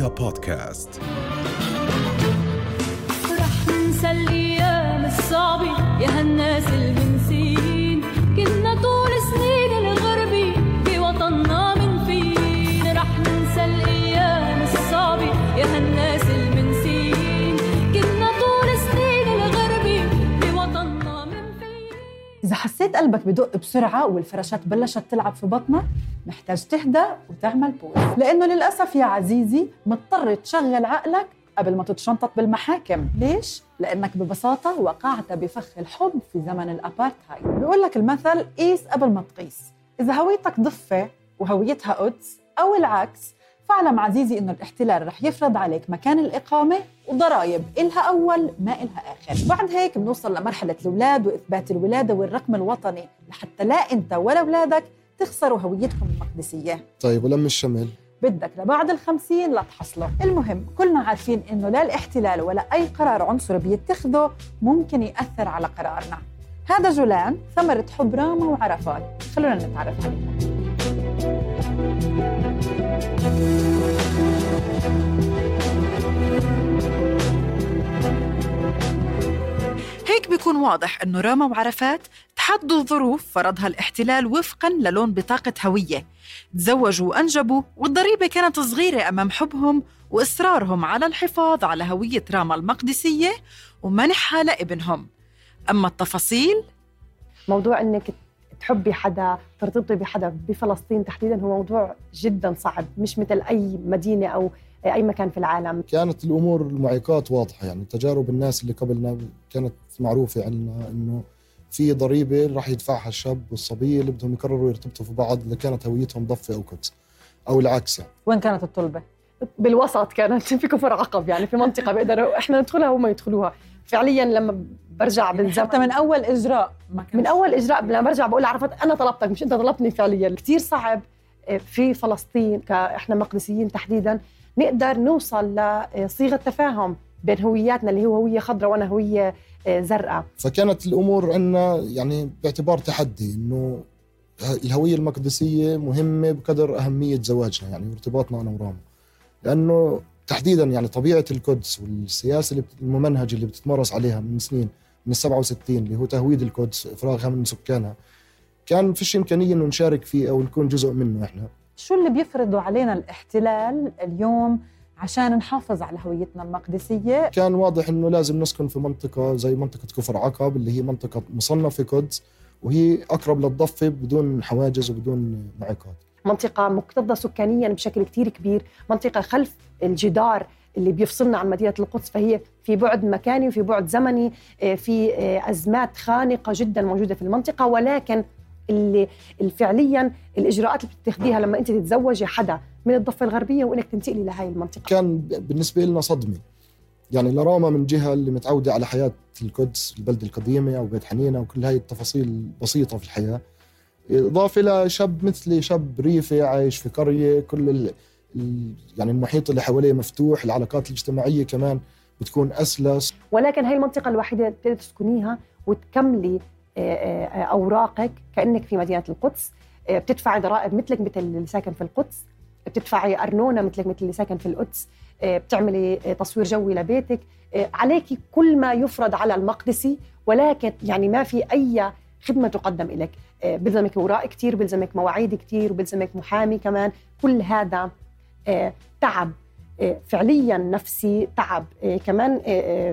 رؤيا بودكاست. رح ننسى الأيام الصعبة يا هالناس المنسين، كنا طول سنين الغربي بوطننا من فين. رح ننسى الأيام الصعبة يا هالناس المنسين، كنا طول سنين الغربي بوطننا من فين. إذا حسيت قلبك بدق بسرعة والفراشات بلشت تلعب في بطنك، محتاج تهدى وتعمل بوز، لأنه للأسف يا عزيزي مضطر تشغل عقلك قبل ما تتشنطط بالمحاكم. ليش؟ لأنك ببساطة وقعت بفخ الحب في زمن الأبارتهايد. بيقول لك المثل قيس قبل ما تقيس. إذا هويتك ضفة وهويتها قدس أو العكس، فاعلم عزيزي إنه الاحتلال رح يفرض عليك مكان الإقامة وضرائب إلها أول ما إلها آخر. بعد هيك بنوصل لمرحلة الأولاد وإثبات الولادة والرقم الوطني، لحتى لا أنت ولا أولادك تخسروا هويتكم المقدسية. طيب ولم الشمل؟ بدك لبعد 50 لا تحصله. المهم كلنا عارفين إنه لا الاحتلال ولا أي قرار عنصري بيتخذه ممكن يأثر على قرارنا. هذا جولان ثمرة حب راما وعرفات، خلونا نتعرف عليها. هيك بيكون واضح إنه راما وعرفات تحدوا ظروف فرضها الاحتلال وفقاً للون بطاقة هوية، تزوجوا وأنجبوا، والضريبة كانت صغيرة أمام حبهم وإصرارهم على الحفاظ على هوية راما المقدسية ومنحها لابنهم. أما التفاصيل، موضوع إنك تحبي حدا، ترتبطي بحدا بفلسطين تحديداً، هو موضوع جداً صعب، مش مثل أي مدينة أو أي مكان في العالم. كانت الأمور المعيقات واضحة، يعني تجارب الناس اللي قبلنا كانت معروفة عنا إنه في ضريبة راح يدفعها الشاب والصبية اللي بدهم يقرروا يرتبطوا في بعض إذا كانت هويتهم ضفة أو قدس أو العكس. يعني وين كانت الطلبة؟ بالوسط كانت في كفر عقب، يعني في منطقة بيقدروا إحنا ندخلها وهم يدخلوها. فعليا لما برجع بالزمن حتى من أول إجراء من أول إجراء لما برجع بقول عرفت أنا طلبتك مش أنت طلبتني. فعليا كتير صعب في فلسطين كإحنا مقدسيين تحديداً نقدر نوصل لصيغة تفاهم بين هوياتنا اللي هو هوية خضراء وأنا هوية زرقاء. فكانت الأمور عندنا يعني باعتبار تحدي إنه الهوية المقدسية مهمة بقدر أهمية زواجنا يعني وارتباطنا أنا وراما، لأنه تحديداً يعني طبيعة القدس والسياسة الممنهجة اللي بتتمارس عليها من سنين من 67 اللي هو تهويد القدس إفراغها من سكانها، كان فيش إمكانية إنه نشارك فيه أو نكون جزء منه. إحنا شو اللي بيفرضوا علينا الاحتلال اليوم عشان نحافظ على هويتنا المقدسية؟ كان واضح إنه لازم نسكن في منطقة زي منطقة كفر عقب اللي هي منطقة مصنفة قدس وهي أقرب للضفة بدون حواجز وبدون معيقات. منطقة مكتظة سكانيا بشكل كتير كبير، منطقة خلف الجدار اللي بيفصلنا عن مدينة القدس، فهي في بعد مكاني وفي بعد زمني، في أزمات خانقة جدا موجودة في المنطقة. ولكن اللي فعليا الإجراءات اللي بتتخذيها لما أنت تتزوجي حدا من الضفة الغربية وإنك تنتقلي لهاي المنطقة كان بالنسبة لنا صدمة، يعني لراما من جهة اللي متعودة على حياة القدس البلد القديمة أو بيت حنينة وكل هاي التفاصيل البسيطة في الحياة، إضافة لشاب مثلي شاب ريفي عايش في قرية كل يعني المحيط اللي حواليه مفتوح، العلاقات الاجتماعية كمان بتكون أسلس. ولكن هاي المنطقة الوحيدة اللي تسكنيها وتكملي أوراقك كأنك في مدينة القدس، بتدفعي ضرائب مثلك مثل اللي ساكن في القدس، بتدفعي أرنونة مثلك مثل اللي ساكن في القدس، بتعملي تصوير جوي لبيتك، عليك كل ما يفرض على المقدسي. ولكن يعني ما في أي خدمة تقدم إليك، بلزمك أوراق كتير، بلزمك مواعيد كتير، وبلزمك محامي كمان. كل هذا تعب فعليا نفسي، تعب كمان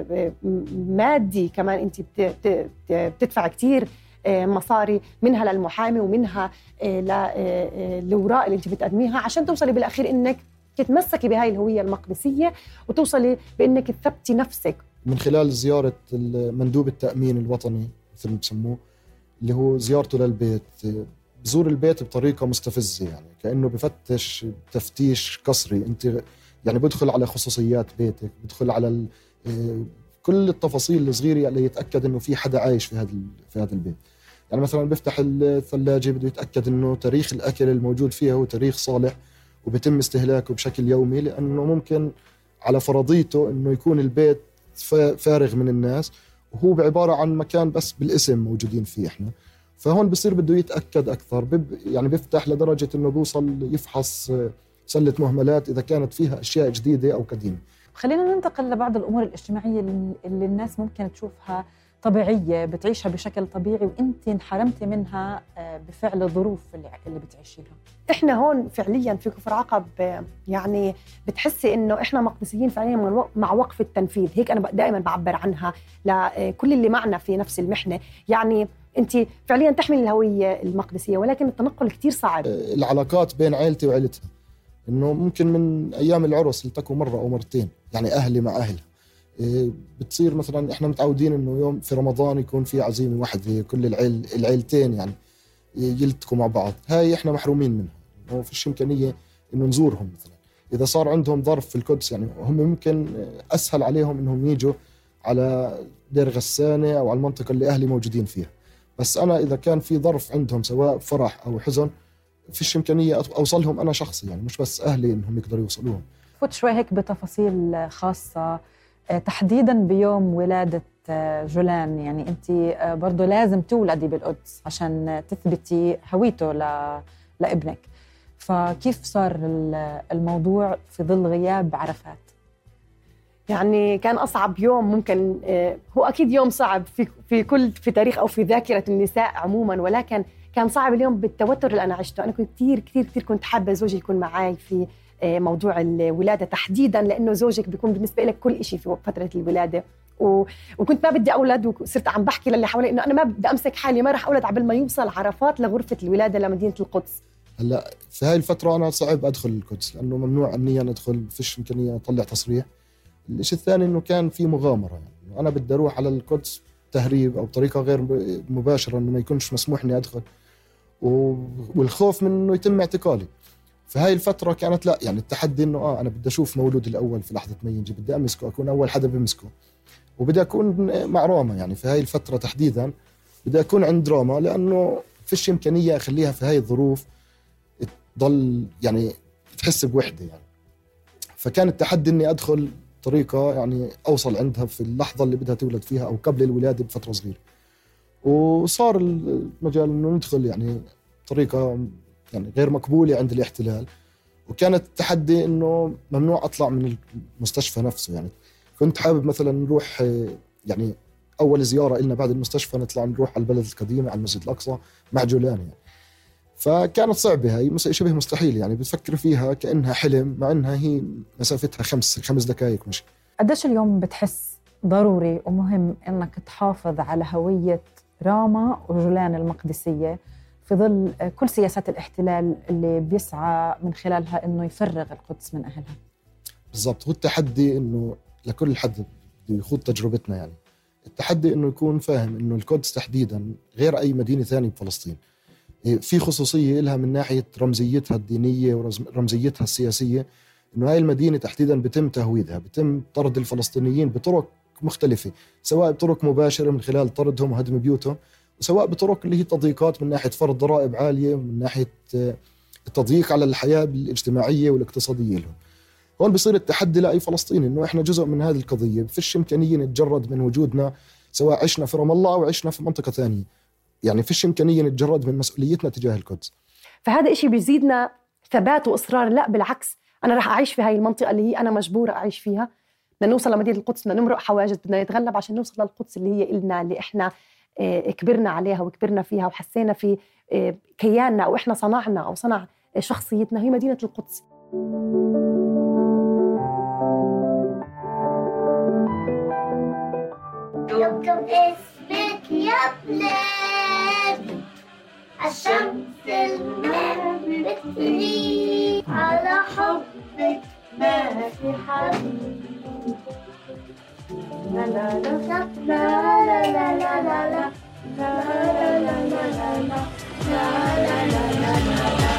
مادي كمان. أنت بتدفع كتير مصاري منها للمحامي ومنها للأوراق اللي أنت بتقدميها عشان توصلي بالأخير إنك تتمسكي بهاي الهوية المقدسية وتوصلي بإنك تثبتي نفسك. من خلال زيارة مندوب التأمين الوطني مثل ما بسموه اللي هو زيارته للبيت، بزور البيت بطريقة مستفزة، يعني كأنه بفتش تفتيش قصري. أنت يعني بدخل على خصوصيات بيتك، بدخل على كل التفاصيل الصغيرة اللي يتأكد إنه في حدا عايش في هذا البيت. يعني مثلا بيفتح الثلاجة بده يتأكد إنه تاريخ الأكل الموجود فيها هو تاريخ صالح وبيتم استهلاكه بشكل يومي، لأنه ممكن على فرضيته إنه يكون البيت فارغ من الناس وهو بعبارة عن مكان بس بالاسم موجودين فيه إحنا. فهون بصير بده يتأكد أكثر، يعني بيفتح لدرجة إنه بيوصل يفحص سلة مهملات إذا كانت فيها أشياء جديدة أو قديمة. خلينا ننتقل لبعض الأمور الاجتماعية اللي الناس ممكن تشوفها طبيعية، بتعيشها بشكل طبيعي وانت انحرمتي منها بفعل الظروف اللي بتعيشيها. احنا هون فعليا في كفر عقب يعني بتحسي انه احنا مقدسيين فعليا مع وقف التنفيذ، هيك انا دائما بعبر عنها لكل اللي معنا في نفس المحنة. يعني انت فعليا تحمل الهوية المقدسية ولكن التنقل كتير صعب. العلاقات بين عائلتي وعائلتها انه ممكن من ايام العرس التقوا مرة او مرتين، يعني اهلي مع اهلها. بتصير مثلا احنا متعودين انه يوم في رمضان يكون في عزيمه واحده كل العيلتين يعني يلتقوا مع بعض، هاي احنا محرومين منها، ما فيش امكانيه انه نزورهم. مثلا اذا صار عندهم ظرف في القدس يعني هم ممكن اسهل عليهم انهم يجوا على دير غسانه او على المنطقه اللي اهلي موجودين فيها، بس انا اذا كان في ظرف عندهم سواء فرح او حزن فيش امكانيه اوصلهم انا شخصي، يعني مش بس اهلي انهم يقدروا يوصلوهم. فوت شوي هيك بتفاصيل خاصه تحديداً بيوم ولادة جولان، يعني أنت برضو لازم تولدي بالقدس عشان تثبتي هويته لابنك، فكيف صار الموضوع في ظل غياب عرفات؟ يعني كان أصعب يوم ممكن، هو أكيد يوم صعب في تاريخ أو في ذاكرة النساء عموماً، ولكن كان صعب اليوم بالتوتر اللي أنا عشته. أنا كنت كتير كنت حابة زوجي يكون معاي في موضوع الولادة تحديداً، لأنه زوجك بيكون بالنسبة لك كل إشي في فترة الولادة. وكنت ما بدي أولد، وصرت عم بحكي للي حوالي إنه أنا ما بدي أمسك حالي، ما رح أولد قبل ما يوصل عرفات لغرفة الولادة لمدينة القدس. هلا في هاي الفترة أنا صعب أدخل القدس لأنه ممنوع أمنياً أدخل، فيش إمكانية أطلع تصريح. الشيء الثاني إنه كان في مغامرة، يعني أنا بدي أروح على القدس تهريب أو بطريقة غير مباشرة، إنه ما يكونش مسموح إني أدخل، والخوف من إنه يتم اعتقالي. فهاي الفترة كانت لا يعني التحدي إنه أنا بدي أشوف مولودي الأول في لحظة ما ينجي، بدي أمسكه، أكون أول حدا بمسكه، وبدي أكون مع روما. يعني في هاي الفترة تحديداً بدي أكون عند روما، لأنه فيش إمكانية أخليها في هاي الظروف تضل يعني تحس بوحدة يعني. فكان التحدي إني أدخل طريقة يعني أوصل عندها في اللحظة اللي بدها تولد فيها أو قبل الولادة بفترة صغيرة، وصار المجال إنه ندخل يعني طريقة يعني غير مقبولة عند الاحتلال. وكانت التحدي إنه ممنوع أطلع من المستشفى نفسه. يعني كنت حابب مثلا نروح يعني أول زيارة إلنا بعد المستشفى نطلع نروح على البلد القديمة على المسجد الأقصى مع جولان يعني. فكانت صعبة، هاي شبه مستحيل، يعني بتفكر فيها كأنها حلم مع إنها هي مسافتها 5 دقائق مشي. قديش اليوم بتحس ضروري ومهم إنك تحافظ على هوية راما وجولان المقدسية في ظل كل سياسات الاحتلال اللي بيسعى من خلالها إنه يفرغ القدس من أهلها؟ بالضبط، هو التحدي إنه لكل حد يخوض تجربتنا، يعني التحدي إنه يكون فاهم إنه القدس تحديداً غير أي مدينة ثانية بفلسطين في خصوصية لها من ناحية رمزيتها الدينية ورمزيتها السياسية. إنه هاي المدينة تحديداً بتم تهويدها، بتم طرد الفلسطينيين بطرق مختلفة، سواء بطرق مباشرة من خلال طردهم وهدم بيوتهم، وسواء بطرق اللي هي تضييقات من ناحية فرض ضرائب عالية، من ناحية التضييق على الحياة الاجتماعية والاقتصادية لهم. هون بصير التحدي لأي فلسطيني إنه إحنا جزء من هذه القضية، بفيش إمكانية نتجرد من وجودنا سواء عشنا في رام الله أو عشنا في منطقة ثانية، يعني فيش إمكانية نتجرد من مسؤوليتنا تجاه القدس. فهذا إشي بيزيدنا ثبات وإصرار، لا بالعكس أنا راح أعيش في هاي المنطقة اللي هي أنا مجبورة أعيش فيها. بدنا نوصل لمدينة القدس، بدنا نمرق حواجز، بدنا نتغلب عشان نوصل للقدس اللي هي إلنا، اللي إحنا كبرنا عليها وكبرنا فيها وحسينا في كياننا أو إحنا صنعنا أو صنع شخصيتنا، هي مدينة القدس. يكتب اسمك يا بلاد، الشمس المغرب بتغيب، على حبك ما في حد. لا لا لا لا لا لا لا لا لا لا لا لا لا.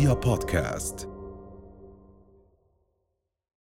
رؤيا بودكاست.